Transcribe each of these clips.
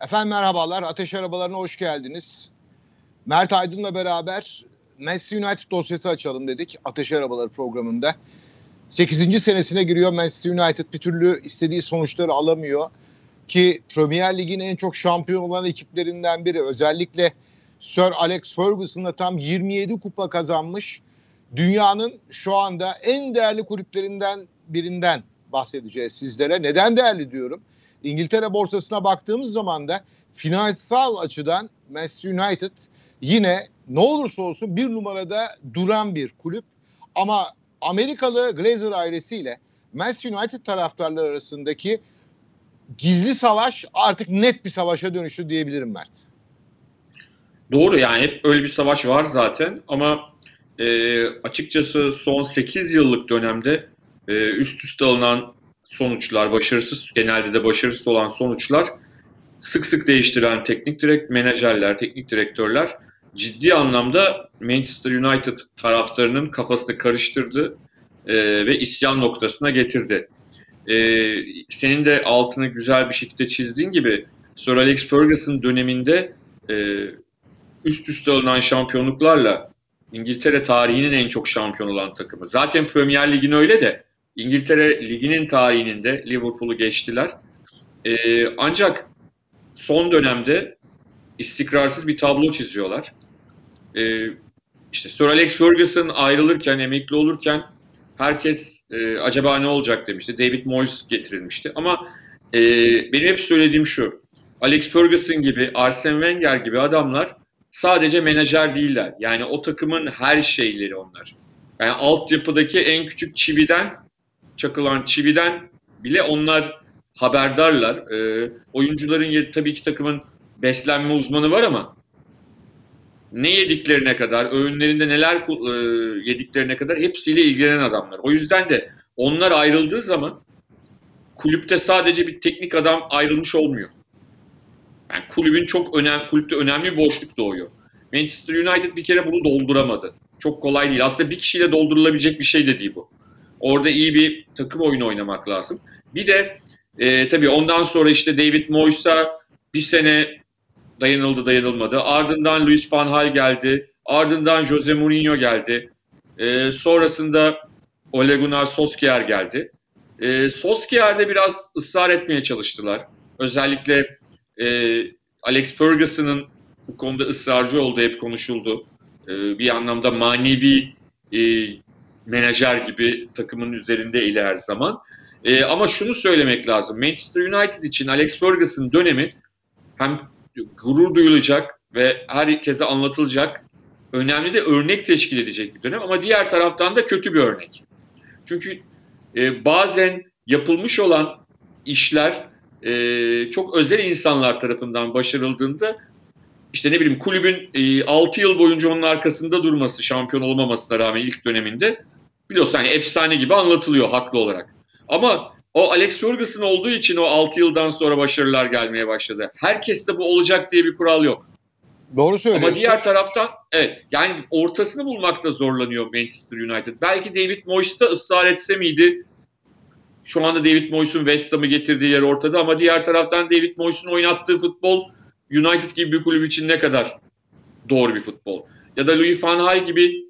Efendim merhabalar, Ateş Arabalarına hoş geldiniz. Mert Aydın'la beraber Manchester United dosyası açalım dedik Ateş Arabaları programında. 8. senesine giriyor Manchester United, bir türlü istediği sonuçları alamıyor. Ki Premier Lig'in en çok şampiyon olan ekiplerinden biri. Özellikle Sir Alex Ferguson'la tam 27 kupa kazanmış. Dünyanın şu anda en değerli kulüplerinden birinden bahsedeceğiz sizlere. Neden değerli diyorum? İngiltere borsasına baktığımız zaman da finansal açıdan Manchester United yine ne olursa olsun bir numarada duran bir kulüp. Ama Amerikalı Glazer ailesiyle Manchester United taraftarları arasındaki gizli savaş artık net bir savaşa dönüştü diyebilirim Mert. Doğru, yani hep öyle bir savaş var zaten ama açıkçası son 8 yıllık dönemde üst üste alınan sonuçlar, genelde de başarısız olan sonuçlar, sık sık değiştiren menajerler, teknik direktörler ciddi anlamda Manchester United taraftarının kafasını karıştırdı ve isyan noktasına getirdi. Senin de altını güzel bir şekilde çizdiğin gibi Sir Alex Ferguson döneminde üst üste alınan şampiyonluklarla İngiltere tarihinin en çok şampiyon olan takımı. Zaten Premier Lig'in öyle de İngiltere Ligi'nin tarihinin de Liverpool'u geçtiler. Ancak son dönemde istikrarsız bir tablo çiziyorlar. İşte Sir Alex Ferguson ayrılırken, emekli olurken herkes acaba ne olacak demişti. David Moyes getirilmişti. Ama benim hep söylediğim şu: Alex Ferguson gibi, Arsene Wenger gibi adamlar sadece menajer değiller. Yani o takımın her şeyleri onlar. Yani altyapıdaki en küçük çakılan çividen bile onlar haberdarlar. Oyuncuların tabii ki takımın beslenme uzmanı var ama ne yediklerine kadar, öğünlerinde neler yediklerine kadar hepsiyle ilgilenen adamlar. O yüzden de onlar ayrıldığı zaman kulüpte sadece bir teknik adam ayrılmış olmuyor. Yani kulüpte önemli bir boşluk doğuyor. Manchester United bir kere bunu dolduramadı. Çok kolay değil. Aslında bir kişiyle doldurulabilecek bir şey de değil bu. Orada iyi bir takım oyunu oynamak lazım. Bir de tabii ondan sonra işte David Moyes'a bir sene dayanılmadı. Ardından Louis van Gaal geldi. Ardından Jose Mourinho geldi. Sonrasında Ole Gunnar Solskjaer geldi. Solskjaer'de biraz ısrar etmeye çalıştılar. Özellikle Alex Ferguson'ın bu konuda ısrarcı olduğu hep konuşuldu. Bir anlamda manevi menajer gibi takımın üzerindeydi her zaman. Ama şunu söylemek lazım: Manchester United için Alex Ferguson dönemi hem gurur duyulacak ve herkese anlatılacak, önemli de örnek teşkil edecek bir dönem, ama diğer taraftan da kötü bir örnek. Çünkü bazen yapılmış olan işler çok özel insanlar tarafından başarıldığında, işte ne bileyim, kulübün 6 yıl boyunca onun arkasında durması, şampiyon olmamasına rağmen ilk döneminde, biliyorsun hani efsane gibi anlatılıyor haklı olarak. Ama o Alex Ferguson olduğu için o 6 yıldan sonra başarılar gelmeye başladı. Herkeste bu olacak diye bir kural yok. Doğru söylüyorsun. Ama diğer taraftan evet, yani ortasını bulmakta zorlanıyor Manchester United. Belki David Moyes'ta ısrar etse miydi? Şu anda David Moyes'un West Ham'ı getirdiği yer ortada, ama diğer taraftan David Moyes'un oynattığı futbol United gibi bir kulüp için ne kadar doğru bir futbol? Ya da Louis van Gaal gibi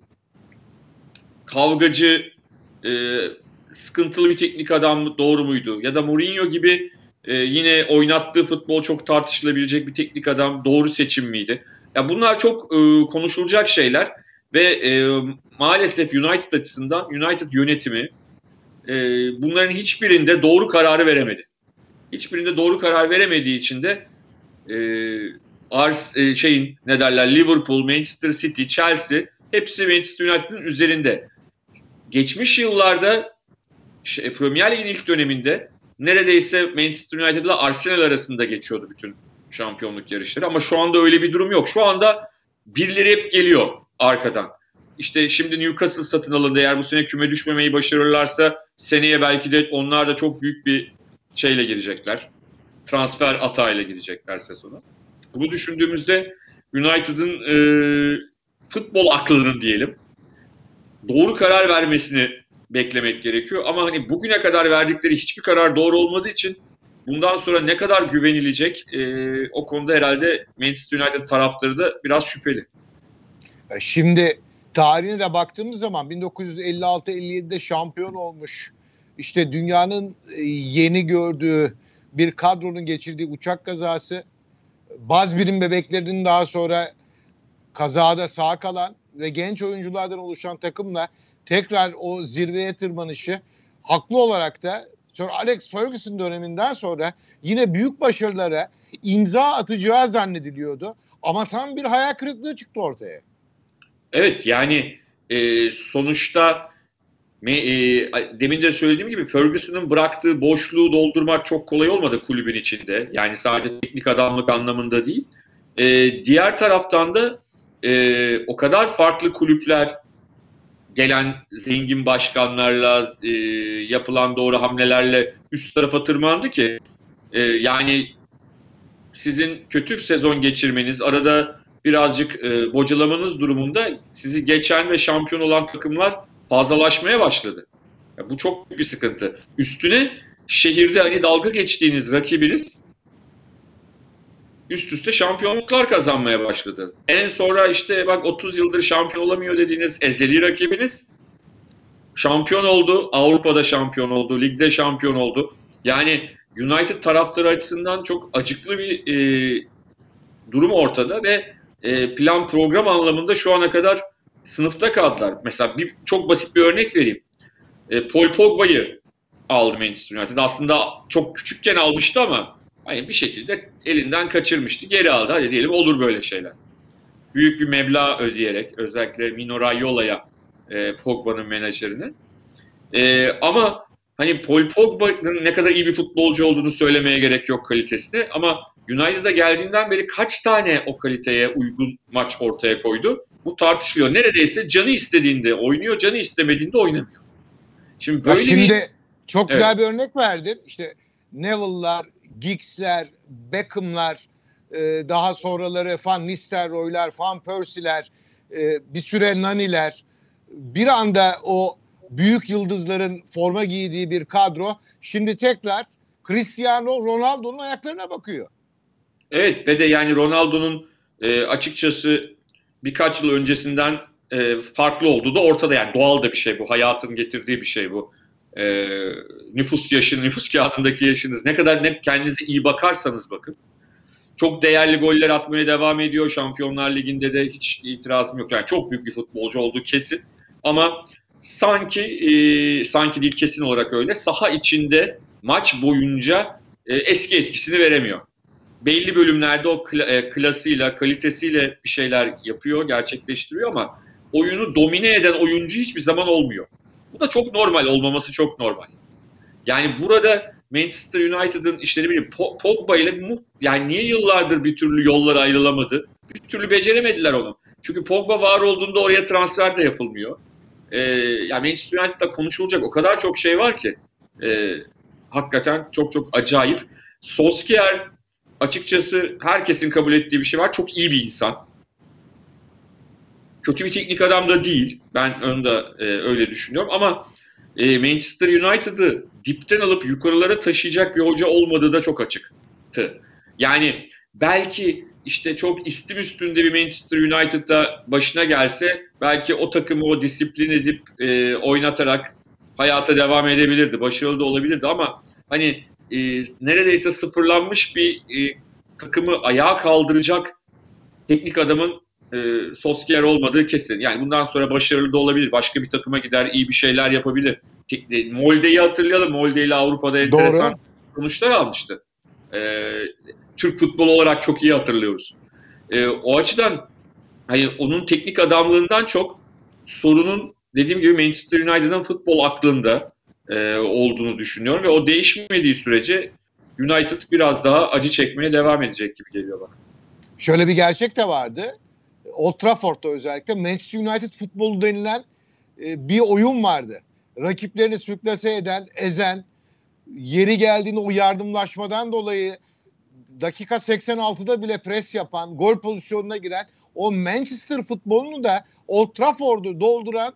kavgacı, sıkıntılı bir teknik adam doğru muydu? Ya da Mourinho gibi yine oynattığı futbol çok tartışılabilecek bir teknik adam doğru seçim miydi? Ya bunlar çok konuşulacak şeyler ve maalesef United açısından United yönetimi bunların hiçbirinde doğru kararı veremedi. Hiçbirinde doğru karar veremediği için de Liverpool, Manchester City, Chelsea hepsi Manchester United'ın üzerinde. Geçmiş yıllarda Premier Lig'in ilk döneminde neredeyse Manchester United ile Arsenal arasında geçiyordu bütün şampiyonluk yarışları, ama şu anda öyle bir durum yok. Şu anda birileri hep geliyor arkadan. İşte şimdi Newcastle satın alındı. Eğer bu sene küme düşmemeyi başarırlarsa seneye belki de onlar da çok büyük bir şeyle girecekler. Transfer atağıyla gidecekler sezona. Bunu düşündüğümüzde United'ın futbol aklının diyelim doğru karar vermesini beklemek gerekiyor. Ama hani bugüne kadar verdikleri hiçbir karar doğru olmadığı için bundan sonra ne kadar güvenilecek o konuda herhalde Manchester United taraftarı da biraz şüpheli. Şimdi tarihine de baktığımız zaman 1956-57'de şampiyon olmuş, işte dünyanın yeni gördüğü bir kadronun geçirdiği uçak kazası, baz birim bebeklerinin daha sonra kazada sağ kalan ve genç oyunculardan oluşan takımla tekrar o zirveye tırmanışı, haklı olarak da Sir Alex Ferguson döneminden sonra yine büyük başarılara imza atacağı zannediliyordu. Ama tam bir hayal kırıklığı çıktı ortaya. Evet, yani sonuçta demin de söylediğim gibi Ferguson'ın bıraktığı boşluğu doldurmak çok kolay olmadı kulübün içinde. Yani sadece teknik adamlık anlamında değil. Diğer taraftan da o kadar farklı kulüpler gelen zengin başkanlarla yapılan doğru hamlelerle üst tarafa tırmandı ki yani sizin kötü sezon geçirmeniz, arada birazcık bocalamanız durumunda sizi geçen ve şampiyon olan takımlar fazlalaşmaya başladı. Ya bu çok büyük bir sıkıntı. Üstüne şehirde hani dalga geçtiğiniz rakibiniz üst üste şampiyonluklar kazanmaya başladı. En sonra işte bak 30 yıldır şampiyon olamıyor dediğiniz ezeli rakibiniz şampiyon oldu. Avrupa'da şampiyon oldu. Ligde şampiyon oldu. Yani United taraftarı açısından çok acıklı bir durum ortada ve plan program anlamında şu ana kadar sınıfta kaldılar. Mesela çok basit bir örnek vereyim. Paul Pogba'yı aldı Manchester United. Aslında çok küçükken almıştı ama hani bir şekilde elinden kaçırmıştı. Geri aldı. Hadi diyelim olur böyle şeyler. Büyük bir meblağ ödeyerek özellikle Mino Raiola'ya Pogba'nın menajerine. Ama hani Paul Pogba'nın ne kadar iyi bir futbolcu olduğunu söylemeye gerek yok kalitesine. Ama United'a geldiğinden beri kaç tane o kaliteye uygun maç ortaya koydu? Bu tartışılıyor. Neredeyse canı istediğinde oynuyor, canı istemediğinde oynamıyor. Şimdi böyle çok güzel bir örnek verdin. İşte Neville'lar, Giggs'ler, Beckham'lar, daha sonraları Van Nistelrooy'lar, Van Persie'ler, bir süre Nani'ler. Bir anda o büyük yıldızların forma giydiği bir kadro şimdi tekrar Cristiano Ronaldo'nun ayaklarına bakıyor. Evet ve de yani Ronaldo'nun açıkçası birkaç yıl öncesinden farklı olduğu da ortada. Yani doğal da bir şey bu. Hayatın getirdiği bir şey bu. Nüfus kağıdındaki yaşınız ne kadar kendinize iyi bakarsanız bakın. Çok değerli goller atmaya devam ediyor. Şampiyonlar Ligi'nde de hiç itirazım yok. Yani çok büyük bir futbolcu olduğu kesin. Ama sanki değil kesin olarak öyle. Saha içinde maç boyunca eski etkisini veremiyor. Belli bölümlerde o klasıyla, kalitesiyle bir şeyler yapıyor, gerçekleştiriyor ama oyunu domine eden oyuncu hiçbir zaman olmuyor. Bu da çok normal, olmaması çok normal. Yani burada Manchester United'ın işleri bir Pogba ile yani niye yıllardır bir türlü yollar ayrılamadı? Bir türlü beceremediler onu. Çünkü Pogba var olduğunda oraya transfer de yapılmıyor. Yani Manchester United'da konuşulacak o kadar çok şey var ki hakikaten çok çok acayip. Solskjaer açıkçası herkesin kabul ettiği bir şey var. Çok iyi bir insan. Kötü bir teknik adam da değil. Ben onu da öyle düşünüyorum ama Manchester United'ı dipten alıp yukarılara taşıyacak bir hoca olmadığı da çok açıktı. Yani belki işte çok istim üstünde bir Manchester United'da başına gelse belki o takımı o disiplin edip oynatarak hayata devam edebilirdi. Başarılı da olabilirdi ama hani neredeyse sıfırlanmış bir takımı ayağa kaldıracak teknik adamın Solskjaer olmadığı kesin. Yani bundan sonra başarılı da olabilir. Başka bir takıma gider, iyi bir şeyler yapabilir. Molde'yi hatırlayalım. Molde ile Avrupa'da enteresan sonuçlar almıştı. Türk futbolu olarak çok iyi hatırlıyoruz. O açıdan hani onun teknik adamlığından çok sorunun dediğim gibi Manchester United'ın futbol aklında olduğunu düşünüyorum ve o değişmediği sürece United biraz daha acı çekmeye devam edecek gibi geliyor bana. Şöyle bir gerçek de vardı. Old Trafford'da özellikle Manchester United futbolu denilen bir oyun vardı. Rakiplerini sürklase eden, ezen, yeri geldiğinde o yardımlaşmadan dolayı dakika 86'da bile pres yapan, gol pozisyonuna giren o Manchester futbolunu da Old Trafford'u dolduran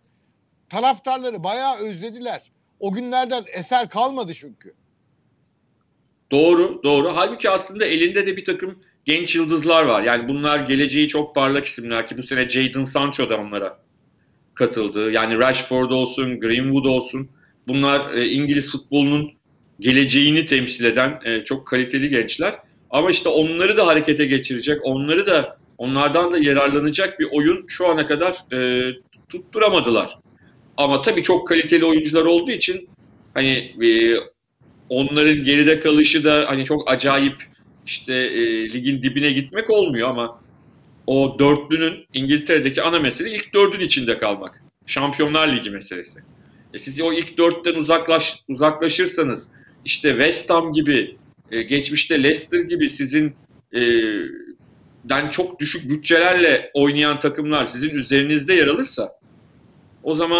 taraftarları bayağı özlediler. O günlerden eser kalmadı çünkü. Doğru, doğru. Halbuki aslında elinde de bir takım genç yıldızlar var. Yani bunlar geleceği çok parlak isimler ki bu sene Jadon Sancho da onlara katıldı. Yani Rashford olsun, Greenwood olsun. Bunlar İngiliz futbolunun geleceğini temsil eden çok kaliteli gençler. Ama işte onları da harekete geçirecek, onlardan da yararlanacak bir oyun şu ana kadar tutturamadılar. Ama tabii çok kaliteli oyuncular olduğu için hani onların geride kalışı da hani çok acayip işte ligin dibine gitmek olmuyor ama o dörtlünün İngiltere'deki ana mesele ilk dördün içinde kalmak. Şampiyonlar Ligi meselesi. Siz o ilk dörtten uzaklaşırsanız işte West Ham gibi, geçmişte Leicester gibi sizin çok düşük bütçelerle oynayan takımlar sizin üzerinizde yer alırsa o zaman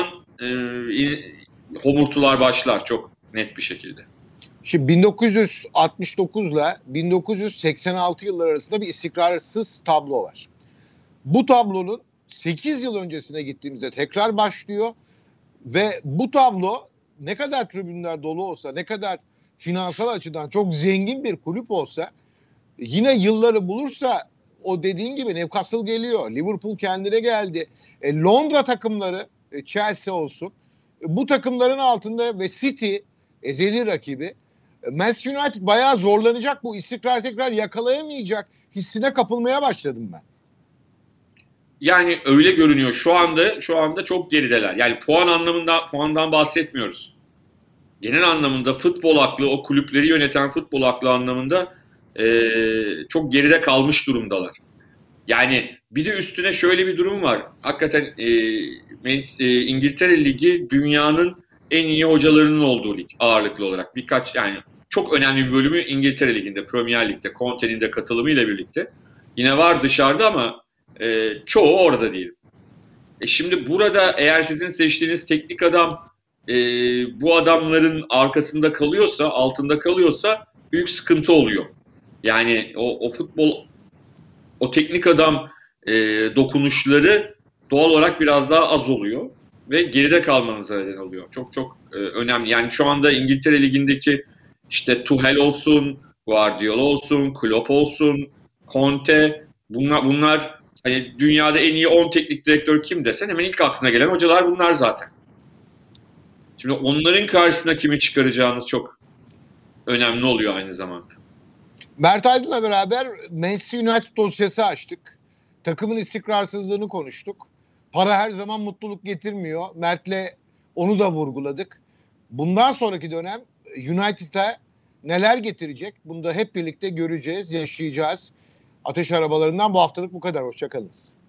homurtular başlar çok net bir şekilde. Şimdi 1969 ile 1986 yılları arasında bir istikrarsız tablo var. Bu tablonun 8 yıl öncesine gittiğimizde tekrar başlıyor ve bu tablo ne kadar tribünler dolu olsa, ne kadar finansal açıdan çok zengin bir kulüp olsa yine yılları bulursa o dediğin gibi Newcastle geliyor, Liverpool kendine geldi. Londra takımları, Chelsea olsun, bu takımların altında ve City ezeli rakibi. Manchester United bayağı zorlanacak, bu istikrar tekrar yakalayamayacak hissine kapılmaya başladım ben. Yani öyle görünüyor. Şu anda çok gerideler. Yani puandan bahsetmiyoruz. Genel anlamda futbol aklı, o kulüpleri yöneten futbol aklı anlamında çok geride kalmış durumdalar. Yani bir de üstüne şöyle bir durum var. Hakikaten İngiltere Ligi dünyanın en iyi hocalarının olduğu lig ağırlıklı olarak. Yani çok önemli bir bölümü İngiltere Ligi'nde, Premier Lig'de, Conte'nin de katılımıyla birlikte. Yine var dışarıda ama çoğu orada değil. Şimdi burada eğer sizin seçtiğiniz teknik adam bu adamların arkasında kalıyorsa, altında kalıyorsa büyük sıkıntı oluyor. Yani o futbol, o teknik adam dokunuşları doğal olarak biraz daha az oluyor ve geride kalmanıza neden oluyor. Çok çok önemli. Yani şu anda İngiltere Ligi'ndeki işte Tuchel olsun, Guardiola olsun, Klopp olsun, Conte, bunlar hani dünyada en iyi 10 teknik direktör kim desen hemen ilk aklına gelen hocalar bunlar zaten. Şimdi onların karşısına kimi çıkaracağınız çok önemli oluyor aynı zamanda. Mert Aydın'la beraber Manchester United dosyası açtık. Takımın istikrarsızlığını konuştuk. Para her zaman mutluluk getirmiyor. Mert'le onu da vurguladık. Bundan sonraki dönem United'a neler getirecek? Bunu da hep birlikte göreceğiz, yaşayacağız. Ateş Arabalarından bu haftalık bu kadar. Hoşça kalınız.